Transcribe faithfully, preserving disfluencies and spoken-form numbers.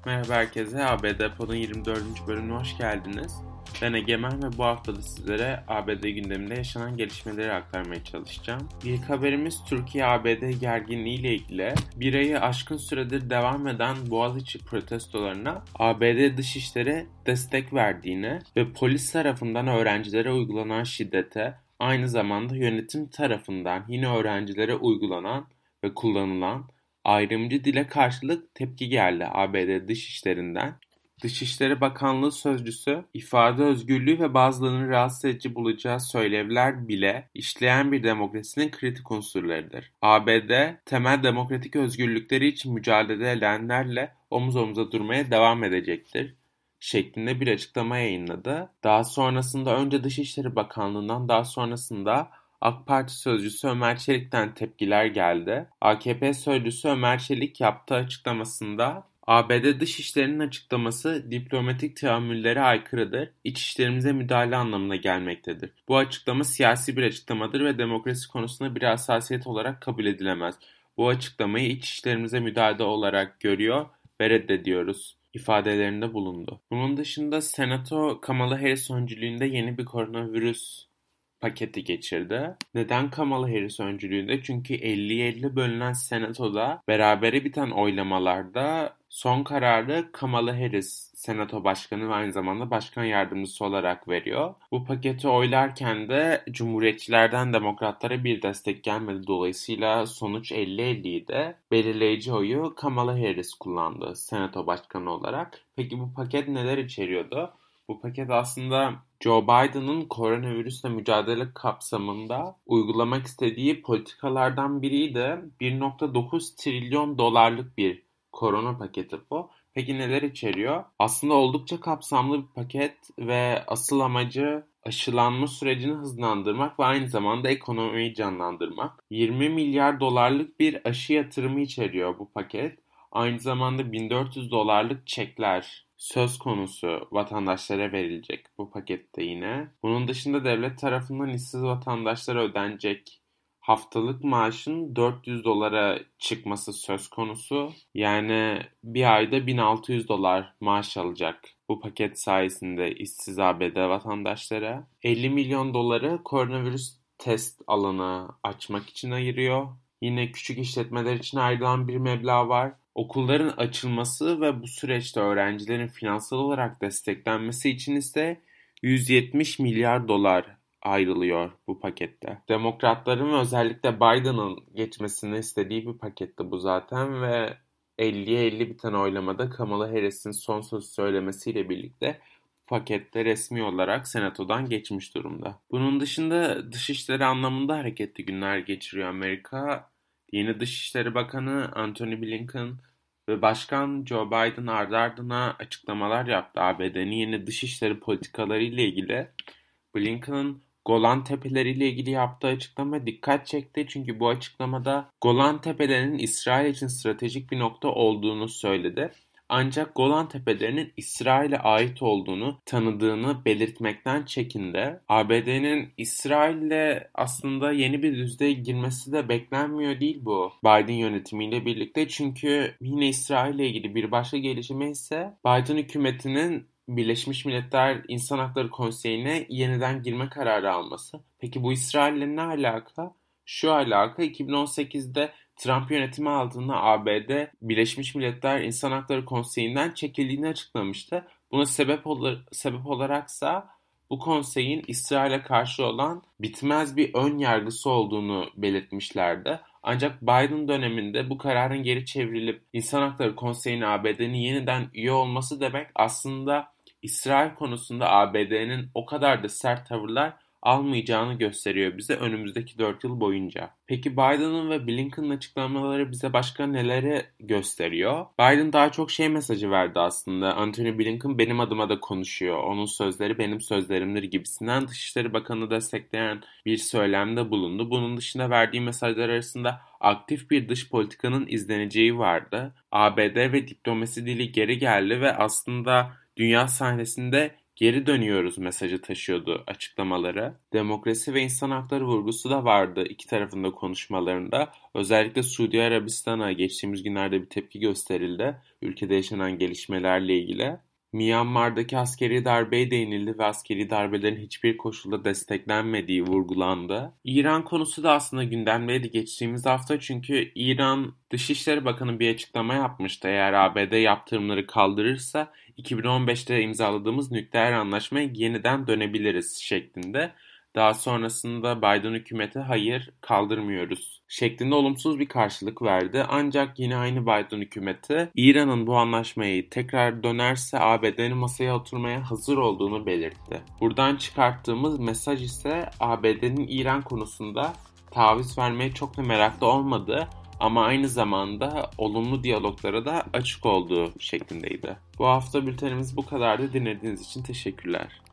Merhaba herkese, A B D Pod'un yirmi dördüncü bölümüne hoş geldiniz. Ben Egemen ve bu hafta da sizlere A B D gündeminde yaşanan gelişmeleri aktarmaya çalışacağım. İlk haberimiz Türkiye-A B D gerginliği ile ilgili. Bir ayı aşkın süredir devam eden Boğaziçi protestolarına A B D Dışişleri destek verdiğini ve polis tarafından öğrencilere uygulanan şiddete, aynı zamanda yönetim tarafından yine öğrencilere uygulanan ve kullanılan ayrımcı dile karşılık tepki geldi A B D Dışişleri'nden. Dışişleri Bakanlığı sözcüsü, ifade özgürlüğü ve bazılarının rahatsız edici bulacağı söylevler bile işleyen bir demokrasinin kritik unsurlarıdır. A B D, temel demokratik özgürlükleri için mücadele edenlerle omuz omuza durmaya devam edecektir şeklinde bir açıklama yayınladı. Daha sonrasında önce Dışişleri Bakanlığı'ndan, daha sonrasında AK Parti sözcüsü Ömer Çelik'ten tepkiler geldi. A K P sözcüsü Ömer Çelik yaptığı açıklamasında, A B D Dışişleri'nin açıklaması diplomatik teamüllere aykırıdır, iç işlerimize müdahale anlamına gelmektedir. Bu açıklama siyasi bir açıklamadır ve demokrasi konusunda bir hassasiyet olarak kabul edilemez. Bu açıklamayı iç işlerimize müdahale olarak görüyor ve reddediyoruz ifadelerinde bulundu. Bunun dışında Senato Kamala Harris öncülüğünde yeni bir koronavirüs paketi geçirdi. Neden Kamala Harris öncülüğünde? Çünkü elliye elli bölünen Senato'da berabere biten oylamalarda son kararı Kamala Harris, Senato Başkanı ve aynı zamanda Başkan Yardımcısı olarak veriyor. Bu paketi oylarken de Cumhuriyetçilerden Demokratlara bir destek gelmedi. Dolayısıyla sonuç elli elliydi. Belirleyici oyu Kamala Harris kullandı Senato Başkanı olarak. Peki bu paket neler içeriyordu? Bu paket aslında Joe Biden'ın koronavirüsle mücadele kapsamında uygulamak istediği politikalardan biriydi. bir virgül dokuz trilyon dolarlık bir korona paketi bu. Peki neler içeriyor? Aslında oldukça kapsamlı bir paket ve asıl amacı aşılanma sürecini hızlandırmak ve aynı zamanda ekonomiyi canlandırmak. yirmi milyar dolarlık bir aşı yatırımı içeriyor bu paket. Aynı zamanda bin dört yüz dolarlık çekler söz konusu vatandaşlara verilecek bu pakette yine. Bunun dışında devlet tarafından işsiz vatandaşlara ödenecek haftalık maaşın dört yüz dolara çıkması söz konusu. Yani bir ayda bin altı yüz dolar maaş alacak bu paket sayesinde işsiz A B D vatandaşları. elli milyon doları koronavirüs test alanı açmak için ayırıyor. Yine küçük işletmeler için ayrılan bir meblağ var. Okulların açılması ve bu süreçte öğrencilerin finansal olarak desteklenmesi için ise yüz yetmiş milyar dolar ayrılıyor bu pakette. Demokratların ve özellikle Biden'ın geçmesini istediği bir paketti bu zaten ve elliye elli biten oylamada Kamala Harris'in son söz söylemesiyle birlikte pakette resmi olarak Senato'dan geçmiş durumda. Bunun dışında dışişleri anlamında hareketli günler geçiriyor Amerika. Yeni Dışişleri Bakanı Antony Blinken ve Başkan Joe Biden ardı ardına açıklamalar yaptı A B D'nin yeni dışişleri politikaları ile ilgili. Blinken'ın Golan Tepeleri ile ilgili yaptığı açıklama dikkat çekti. Çünkü bu açıklamada Golan Tepelerinin İsrail için stratejik bir nokta olduğunu söyledi. Ancak Golan Tepelerinin İsrail'e ait olduğunu tanıdığını belirtmekten çekindi. A B D'nin İsrail'le aslında yeni bir düzlüğe girmesi de beklenmiyor değil bu Biden yönetimiyle birlikte. Çünkü yine İsrail'le ilgili bir başka gelişme ise Biden hükümetinin Birleşmiş Milletler İnsan Hakları Konseyi'ne yeniden girme kararı alması. Peki bu İsrail'le ne alaka? Şu alaka, iki bin on sekizde Trump yönetimi aldığında A B D Birleşmiş Milletler İnsan Hakları Konseyi'nden çekildiğini açıklamıştı. Buna sebep, olur, sebep olaraksa bu konseyin İsrail'e karşı olan bitmez bir ön yargısı olduğunu belirtmişlerdi. Ancak Biden döneminde bu kararın geri çevrilip İnsan Hakları Konseyi'ne A B D'nin yeniden üye olması demek aslında İsrail konusunda A B D'nin o kadar da sert tavırlar almayacağını gösteriyor bize önümüzdeki dört yıl boyunca. Peki Biden'ın ve Blinken'ın açıklamaları bize başka neleri gösteriyor? Biden daha çok şey mesajı verdi aslında. Antony Blinken benim adıma da konuşuyor. Onun sözleri benim sözlerimdir gibisinden Dışişleri Bakanı destekleyen bir söylemde bulundu. Bunun dışında verdiği mesajlar arasında aktif bir dış politikanın izleneceği vardı. A B D ve diplomasi dili geri geldi ve aslında dünya sahnesinde geri dönüyoruz mesajı taşıyordu açıklamaları. Demokrasi ve insan hakları vurgusu da vardı iki tarafında konuşmalarında. Özellikle Suudi Arabistan'a geçtiğimiz günlerde bir tepki gösterildi ülkede yaşanan gelişmelerle ilgili. Myanmar'daki askeri darbeye değinildi ve askeri darbelerin hiçbir koşulda desteklenmediği vurgulandı. İran konusu da aslında gündemdeydi geçtiğimiz hafta çünkü İran Dışişleri Bakanı bir açıklama yapmıştı. Eğer A B D yaptırımları kaldırırsa iki bin on beşte imzaladığımız nükleer anlaşmaya yeniden dönebiliriz şeklinde. Daha sonrasında Biden hükümeti hayır kaldırmıyoruz şeklinde olumsuz bir karşılık verdi. Ancak yine aynı Biden hükümeti İran'ın bu anlaşmayı tekrar dönerse A B D'nin masaya oturmaya hazır olduğunu belirtti. Buradan çıkarttığımız mesaj ise A B D'nin İran konusunda taviz vermeye çok da meraklı olmadığı ama aynı zamanda olumlu diyaloglara da açık olduğu şeklindeydi. Bu hafta bültenimiz bu kadardı. Dinlediğiniz için teşekkürler.